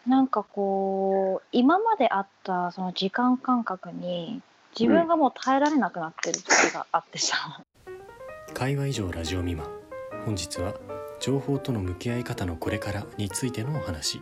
なんかこう今まであったその時間感覚に自分がもう耐えられなくなってる時があってさ、 会話以上ラジオ未満。本日は情報との向き合い方のこれからについてのお話。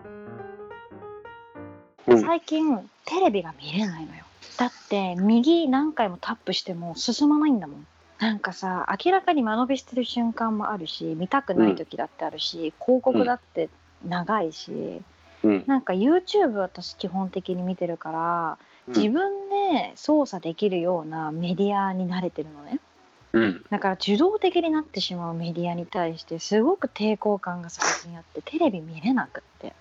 最近テレビが見れないのよ。だって右何回もタップしても進まないんだもん。なんかさ、明らかに間延びしてる瞬間もあるし、見たくない時だってあるし、広告だって長いし、なんか YouTube 私基本的に見てるから、自分で操作できるようなメディアに慣れてるのね。だから受動的になってしまうメディアに対してすごく抵抗感が最近あって、テレビ見れなくって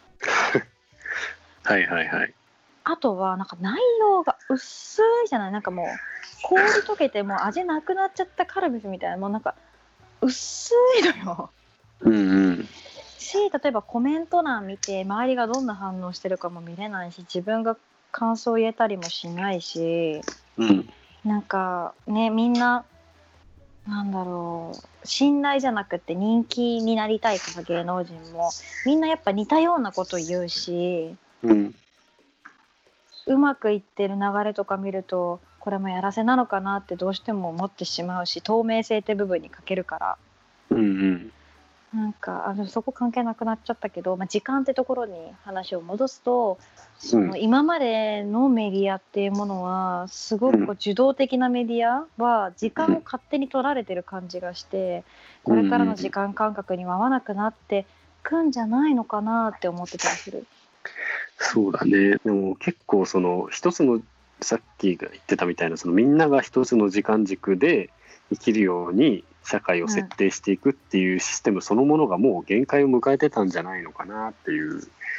はいはいはい。あとはなんか内容が薄いじゃない。なんかもう氷溶けてもう味なくなっちゃったカルビスみたいな、もうなんか薄いのよ。し、例えばコメント欄見て周りがどんな反応してるかも見れないし、自分が感想を言えたりもしないし、なんかね、みんななんだろう、信頼じゃなくて人気になりたいから、芸能人もみんなやっぱ似たようなこと言うし、うまくいってる流れとか見るとこれもやらせなのかなってどうしても思ってしまうし、透明性って部分に欠けるから、なんかそこ関係なくなっちゃったけど、時間ってところに話を戻すと、その今までのメディアっていうものはすごく受動的なメディアは時間を勝手に取られてる感じがして、これからの時間感覚には合わなくなってくんじゃないのかなって思ってたりする。 そうだね。でも結構その一つの、さっきが言ってたみたいな、そのみんなが一つの時間軸で生きるように社会を設定していくっていうシステムそのものがもう限界を迎えてたんじゃないのかなっていう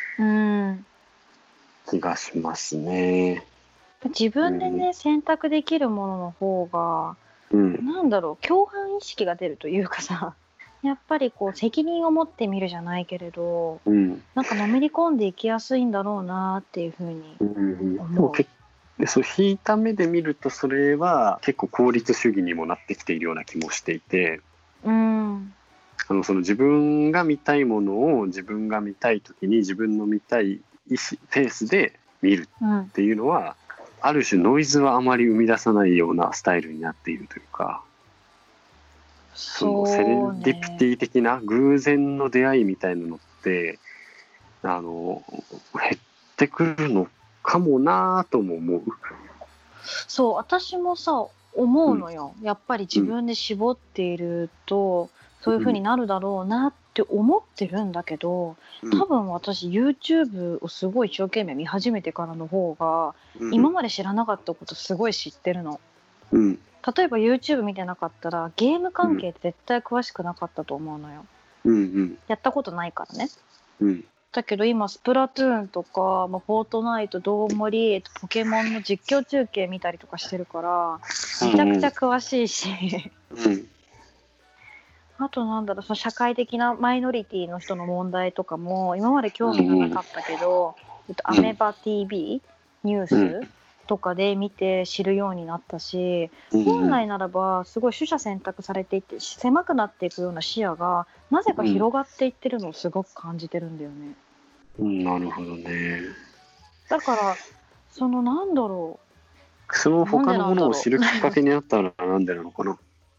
気がしますね。 自分でね、選択できるものの方が、なんだろう、共犯意識が出るというかさ、やっぱりこう責任を持ってみるじゃないけれど、なんかのめり込んでいきやすいんだろうなっていうふうに思う。 そう引いた目で見るとそれは結構効率主義にもなってきているような気もしていて、その自分が見たいものを自分が見たい時に自分の見たい意思ペースで見るっていうのは、ある種ノイズはあまり生み出さないようなスタイルになっているというか、そのセレンディピティ的な偶然の出会いみたいなのって減ってくるのかもなとも思う。 そう、私もさ思うのよ、やっぱり自分で絞っていると、そういう風になるだろうなって思ってるんだけど、多分私 YouTube をすごい一生懸命見始めてからの方が、今まで知らなかったことすごい知ってるの。例えば YouTube 見てなかったらゲーム関係って絶対詳しくなかったと思うのよ。やったことないからね。だけど今スプラトゥーンとか、フォートナイト、どうもり、ポケモンの実況中継見たりとかしてるから、めちゃくちゃ詳しいし、あとなんだろう、その社会的なマイノリティの人の問題とかも今まで興味がなかったけど、アメバ TV ニュースとかで見て知るようになったし、本来ならばすごい取捨選択されていって狭くなっていくような視野がなぜか広がっていってるのをすごく感じてるんだよね。 なるほどね。だからそのなんだろう、その他のものを知るきっかけになったのはなんでなのかな。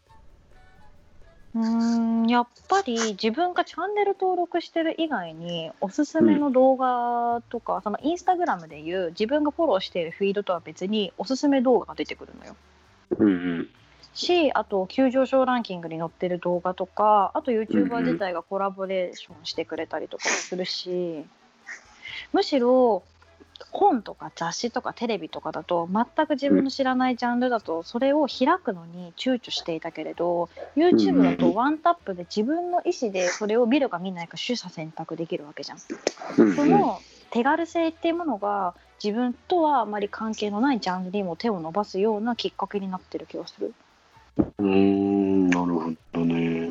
やっぱり自分がチャンネル登録してる以外におすすめの動画とか、そのインスタグラムでいう自分がフォローしているフィードとは別におすすめ動画が出てくるのよ。し、あと急上昇ランキングに載ってる動画とか、あと YouTuber 自体がコラボレーションしてくれたりとかするし、むしろ本とか雑誌とかテレビとかだと全く自分の知らないジャンルだとそれを開くのに躊躇していたけれど、 YouTube だとワンタップで自分の意思でそれを見るか見ないか取捨選択できるわけじゃん。その手軽性っていうものが自分とはあまり関係のないジャンルにも手を伸ばすようなきっかけになってる気がする。 なるほどね。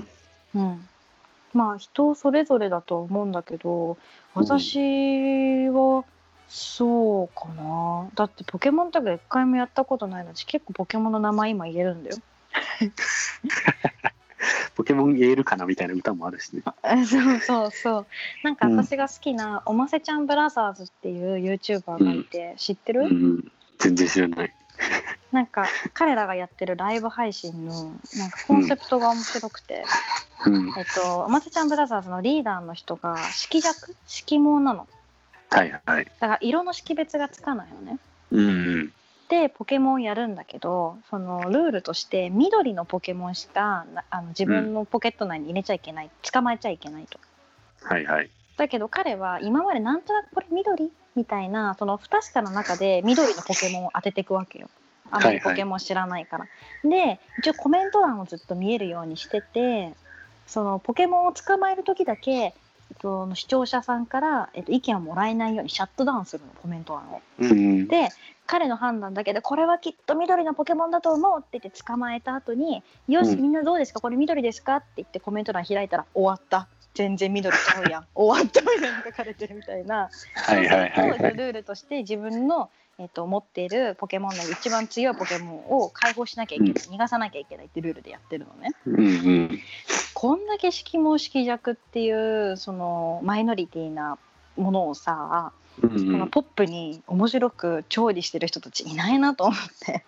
人それぞれだと思うんだけど、私はそうかな。だってポケモンとか一回もやったことないのに結構ポケモンの名前今言えるんだよ。 ポケモン言えるかなみたいな歌もあるしね。 そうそうそう。なんか私が好きなおませちゃんブラザーズっていう YouTuber がいて、知ってる？ 全然知らない。 なんか彼らがやってるライブ配信のなんかコンセプトが面白くて、おませちゃんブラザーズのリーダーの人が色弱色盲なの。 はいはい。 だから色の識別がつかないのね。でポケモンやるんだけど、そのルールとして緑のポケモンしか自分のポケット内に入れちゃいけない、捕まえちゃいけないと。 はいはい。 だけど彼は今までなんとなくこれ緑みたいなその不確かな中で緑のポケモンを当てていくわけよ。あまりポケモン知らないから。で一応コメント欄をずっと見えるようにしてて、そのポケモンを捕まえる時だけ視聴者さんから、意見をもらえないようにシャットダウンするの、コメント欄を。で彼の判断だけでこれはきっと緑のポケモンだと思うって言って捕まえた後に、よしみんなどうですかこれ緑ですかって言ってコメント欄開いたら終わった全然緑ちゃうやん終わったみたいな書かれてるみたいな。ルールとして自分の、持っているポケモンの一番強いポケモンを解放しなきゃいけない、逃がさなきゃいけないってルールでやってるのね。こんだけ色盲色弱っていうそのマイノリティなものをさ、このポップに面白く調理してる人たちいないなと思って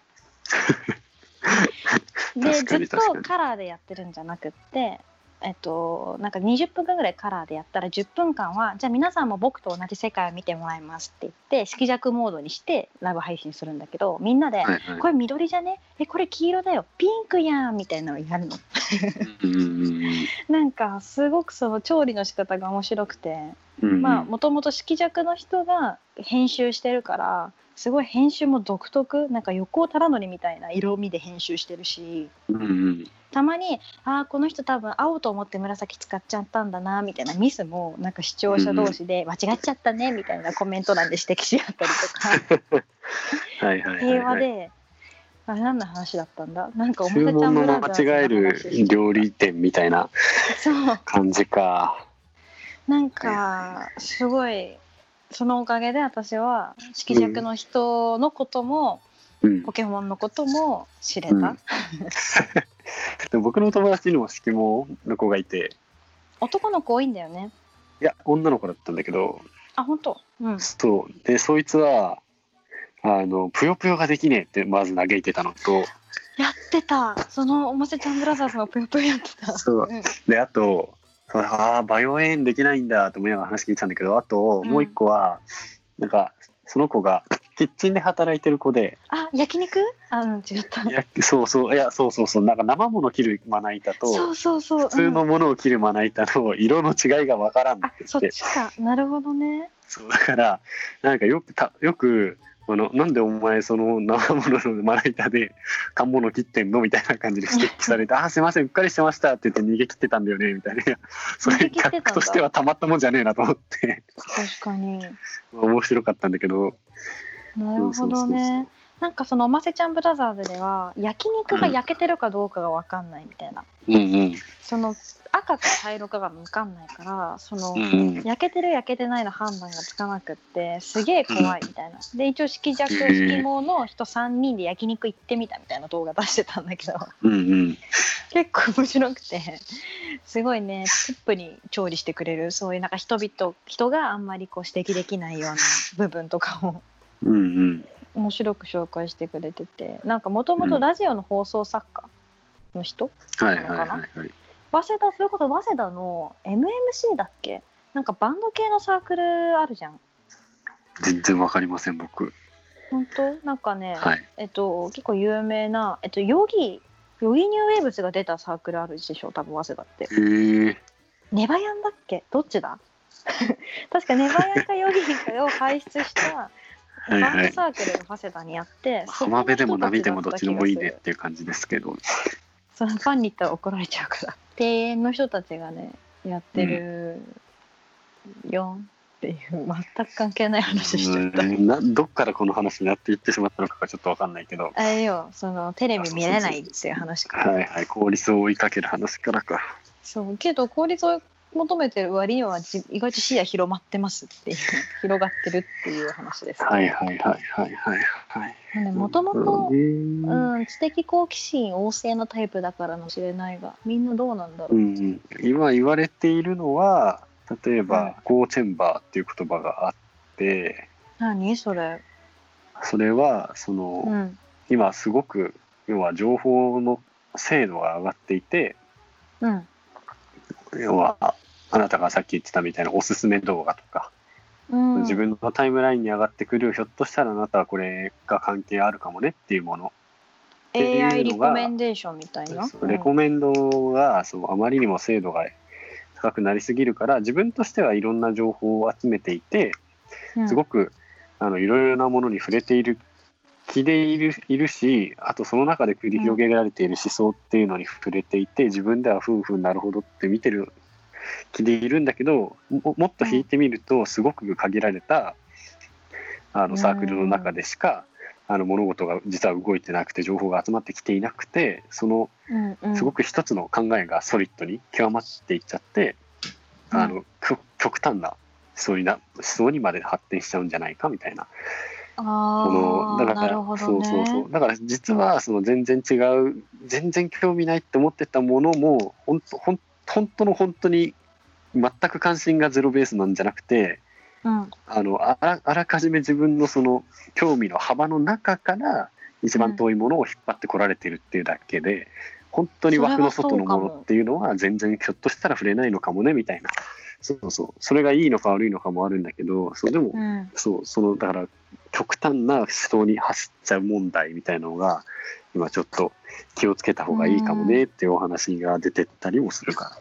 でずっとカラーでやってるんじゃなくって、なんか20分間ぐらいカラーでやったら10分間はじゃあ皆さんも僕と同じ世界を見てもらいますって言って色弱モードにしてライブ配信するんだけど、みんなで、これ緑じゃね、これ黄色だよ、ピンクやんみたいなのをやるのなんかすごくその調理の仕方が面白くて、まあもともと色弱の人が編集してるからすごい編集も独特、なんか横尾忠則みたいな色味で編集してるし、たまにこの人多分青と思って紫使っちゃったんだなみたいなミスもなんか視聴者同士で間違っちゃったねみたいなコメント欄で指摘し合ったりとか平和で、何の話だったんだ、なんかおませちゃんブラザーズの話してた。注文の間違える料理店みたいな感じか。 なんかすごいそのおかげで私は色弱の人のことも、ポケモンのことも知れた。 でも僕の友達にも色盲の子がいて、 男の子多いんだよね。 いや女の子だったんだけど。 本当？ そうで、そいつはぷよぷよができねえってまず嘆いてたのと、 やってた、そのおませちゃんブラザーズのぷよぷよやってた。そうで、あとバイオエンできないんだと思いながら話聞いてたんだけど、あともう一個は、なんかその子がキッチンで働いてる子で、 焼肉？違った。 そうなんか生物切るまな板と普通のものを切るまな板の色の違いがわからんって言って。 そっちか、なるほどね。 そうだからなんかよくなんでお前その生物のまな板で缶物切ってんのみたいな感じで指摘されてすいませんうっかりしてましたって言って逃げ切ってたんだよねみたいな。それギャップとしてはたまったもんじゃねえなと思って確かに面白かったんだけど。 なるほどね。なんかそのおませちゃんブラザーズでは焼肉が焼けてるかどうかが分かんないみたいな、その赤か茶色かが分かんないから、その、焼けてる焼けてないの判断がつかなくってすげえ怖いみたいな。で一応色弱色盲の人3人で焼肉行ってみたみたいな動画出してたんだけど、結構面白くて、すごいねポップに調理してくれる、そういうなんか人があんまりこう指摘できないような部分とかを面白く紹介してくれてて、なんかもともとラジオの放送作家の人なのかな。早稲田、それこそ早稲田の MMC だっけ、なんかバンド系のサークルあるじゃん。 全然わかりません僕。 本当？なんかね、結構有名なヨギニューウェーブスが出たサークルあるでしょ多分早稲田って。ネバヤンだっけ、どっちだ確かネバヤンかヨギかを輩出したバンドサークルが早稲田にあって、 浜辺でも波でもどっちでもいいねっていう感じですけど、 そのファンに言ったら怒られちゃうから庭園の人たちがねやってるよっていう、全く関係ない話しちゃった。 どっからこの話になっていってしまったのかがちょっと分かんないけど、 そのテレビ見れないっていう話から、 効率を追いかける話からか。 そうけど効率を求めてる割には意外と視野広まってますっていう広がってるっていう話です、ね。 はいはいはいはいはいはい。 もともと知的好奇心旺盛なタイプだからかもしれないが、みんなどうなんだろう。 今言われているのは、例えば、ゴーチェンバーっていう言葉があって。 何それ？ それは今すごく要は情報の精度が上がっていて、要はあなたがさっき言ってたみたいなおすすめ動画とか、自分のタイムラインに上がってくる、ひょっとしたらあなたはこれが関係あるかもねっていうもの、 AI リコメンデーションみたいな、 レコメンドがあまりにも精度が高くなりすぎるから、自分としてはいろんな情報を集めていて、すごくいろいろなものに触れている気でいるし、あとその中で繰り広げられている思想っていうのに触れていて、自分ではふんふんなるほどって見てる気でいるんだけど、もっと引いてみるとすごく限られたサークルの中でしか物事が実は動いてなくて、情報が集まってきていなくて、すごく一つの考えがソリッドに極まっていっちゃって、極端な思想にまで発展しちゃうんじゃないかみたいな。だから実は全然違う、全然興味ないって思ってたものも本当に全く関心がゼロベースなんじゃなくて、あらかじめ自分の興味の幅の中から一番遠いものを引っ張ってこられてるっていうだけで、本当に枠の外のものっていうのは全然ひょっとしたら触れないのかもねみたいな。それがいいのか悪いのかもあるんだけど、でも、だから極端な思想に走っちゃう問題みたいなのが今ちょっと気をつけた方がいいかもねっていうお話が出てったりもするから。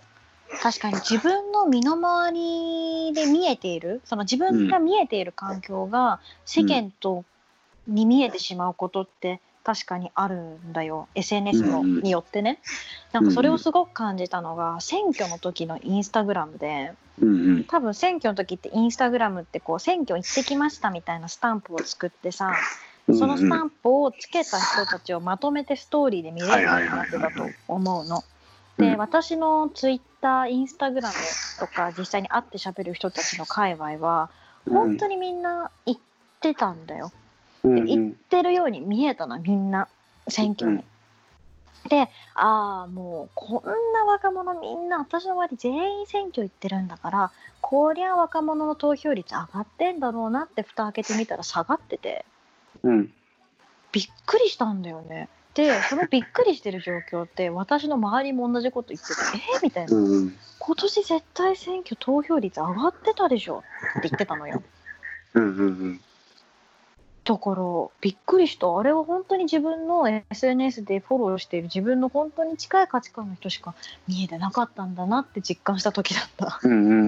確かに自分の身の回りで見えている、自分が見えている環境が世間に見えてしまうことって確かにあるんだよ、SNS によってね。なんかそれをすごく感じたのが、選挙の時のインスタグラムで、多分選挙の時ってインスタグラムって選挙行ってきましたみたいなスタンプを作ってさ、そのスタンプをつけた人たちをまとめてストーリーで見れるようになってたと思うの。で、私のツイッター、インスタグラムとか実際に会って喋る人たちの界隈は本当にみんな行ってたんだよ。行ってるように見えたな、みんな選挙に。で、もうこんな若者みんな私の周り全員選挙行ってるんだから、こりゃ若者の投票率上がってんだろうなって蓋開けてみたら下がってて、びっくりしたんだよね。で、そのびっくりしてる状況って私の周りも同じこと言ってて、みたいな、今年絶対選挙投票率上がってたでしょって言ってたのよ。だからびっくりした。あれは本当に自分の SNS でフォローしている自分の本当に近い価値観の人しか見えてなかったんだなって実感した時だった。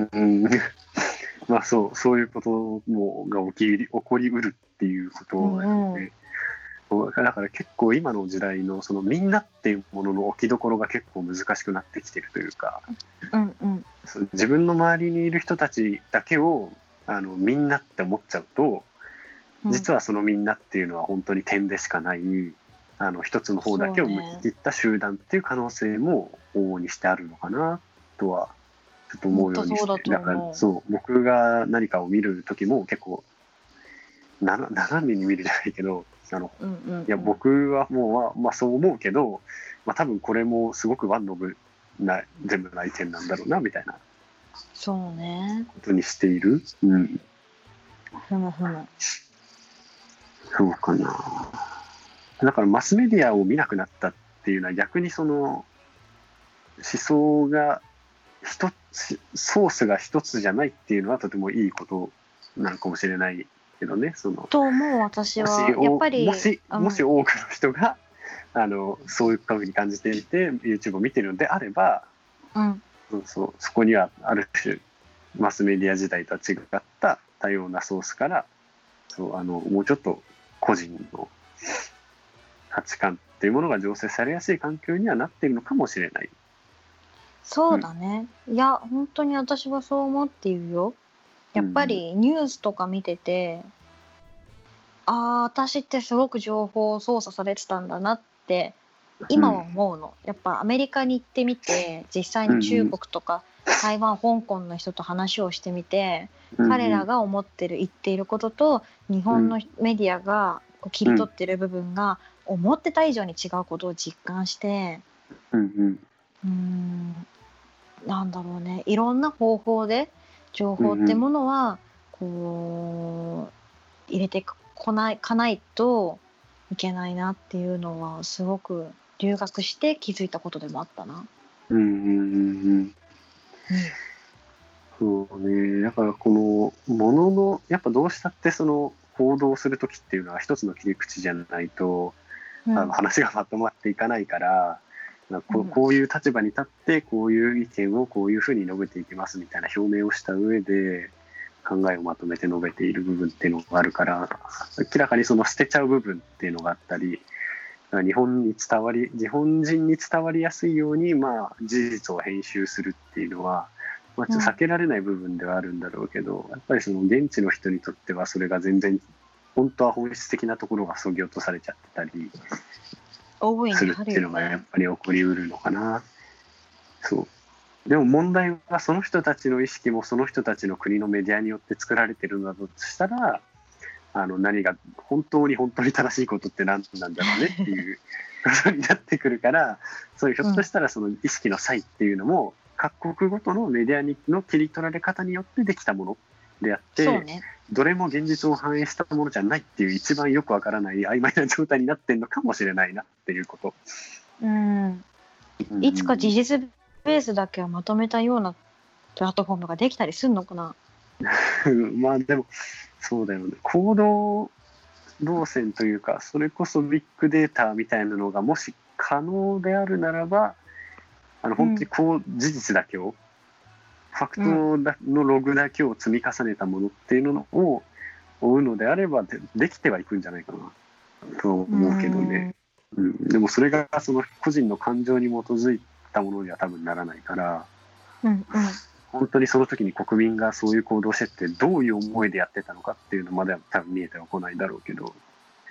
まあそういうことが起こりうるっていうことだよね。だから結構今の時代のみんなっていうものの置きどころが結構難しくなってきてるというか、自分の周りにいる人たちだけをみんなって思っちゃうと、実はそのみんなっていうのは本当に点でしかない一つの方だけを向き切った集団っていう可能性も往々にしてあるのかなとはちょっと思うようにして、だから僕が何かを見る時も結構斜めに見るじゃないけど、いや僕はもう、そう思うけど、多分これもすごくワンノブな全部な意見なんだろうなみたいなことにしている。そうかな。だからマスメディアを見なくなったっていうのは逆に思想がソースが一つじゃないっていうのはとてもいいことなのかもしれないけどね。 と思う。私はやっぱりもし多くの人がそういうふうに感じていて YouTube を見てるのであれば、そこにはある種マスメディア時代とは違った多様なソースからもうちょっと個人の価値観っていうものが醸成されやすい環境にはなっているのかもしれない。 そうだね。いや本当に私はそう思っているよ。やっぱりニュースとか見てて、私ってすごく情報操作されてたんだなって今は思うの。やっぱアメリカに行ってみて実際に中国とか台湾香港の人と話をしてみて、彼らが思ってる言っていることと日本のメディアがこう切り取ってる部分が思ってた以上に違うことを実感して、なんだろうね、いろんな方法で情報ってものはこう入れてかないといけないなっていうのはすごく留学して気づいたことでもあったな。 そうね、だからこのもののやっぱどうしたってその行動する時っていうのは一つの切り口じゃないと、話がまとまっていかないから、こういう立場に立ってこういう意見をこういうふうに述べていきますみたいな表明をした上で考えをまとめて述べている部分っていうのがあるから、明らかにその捨てちゃう部分っていうのがあったり、日本人に伝わりやすいように、事実を編集するっていうのは、ちょっと避けられない部分ではあるんだろうけど、やっぱりその現地の人にとってはそれが全然本当は本質的なところが削ぎ落とされちゃってたりするっていうのがやっぱり起こりうるのかな。そうでも問題はその人たちの意識もその人たちの国のメディアによって作られてるのだとしたら、何が本当に正しいことって何なんだろうねっていうことになってくるから、そういうひょっとしたらその意識の差異っていうのも各国ごとのメディアの切り取られ方によってできたものであって、どれも現実を反映したものじゃないっていう一番よくわからない曖昧な状態になってるのかもしれないなっていうこと。 いつか事実ベースだけはまとめたようなプラットフォームができたりするのかな。 でもそうだよね、行動動線というか、それこそビッグデータみたいなのがもし可能であるならば、本当に事実だけを、ファクトのログだけを積み重ねたものっていうのを追うのであれば できてはいくんじゃないかなと思うけどね。でもそれがその個人の感情に基づいたものには多分ならないから、本当にその時に国民がそういう行動をしてってどういう思いでやってたのかっていうのまでは多分見えてはこないだろうけど、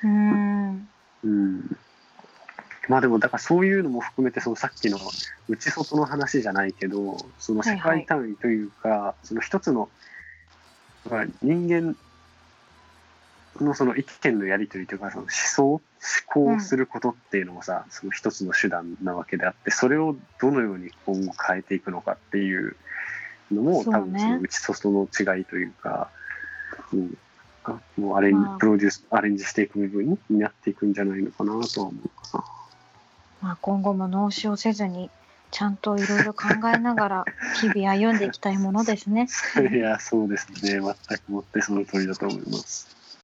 でもだからそういうのも含めて、そのさっきの内外の話じゃないけど、その世界単位というか、その一つの人間のその意見のやり取りというか、その思考することっていうのもさ、その一つの手段なわけであって、それをどのように今後変えていくのかっていうのも多分その内外の違いというか、もうプロデュースアレンジしていく部分になっていくんじゃないのかなとは思うかな。 今後も脳死をせずにちゃんといろいろ考えながら日々歩んでいきたいものですね。 いや、そうですね、全くもってその通りだと思います。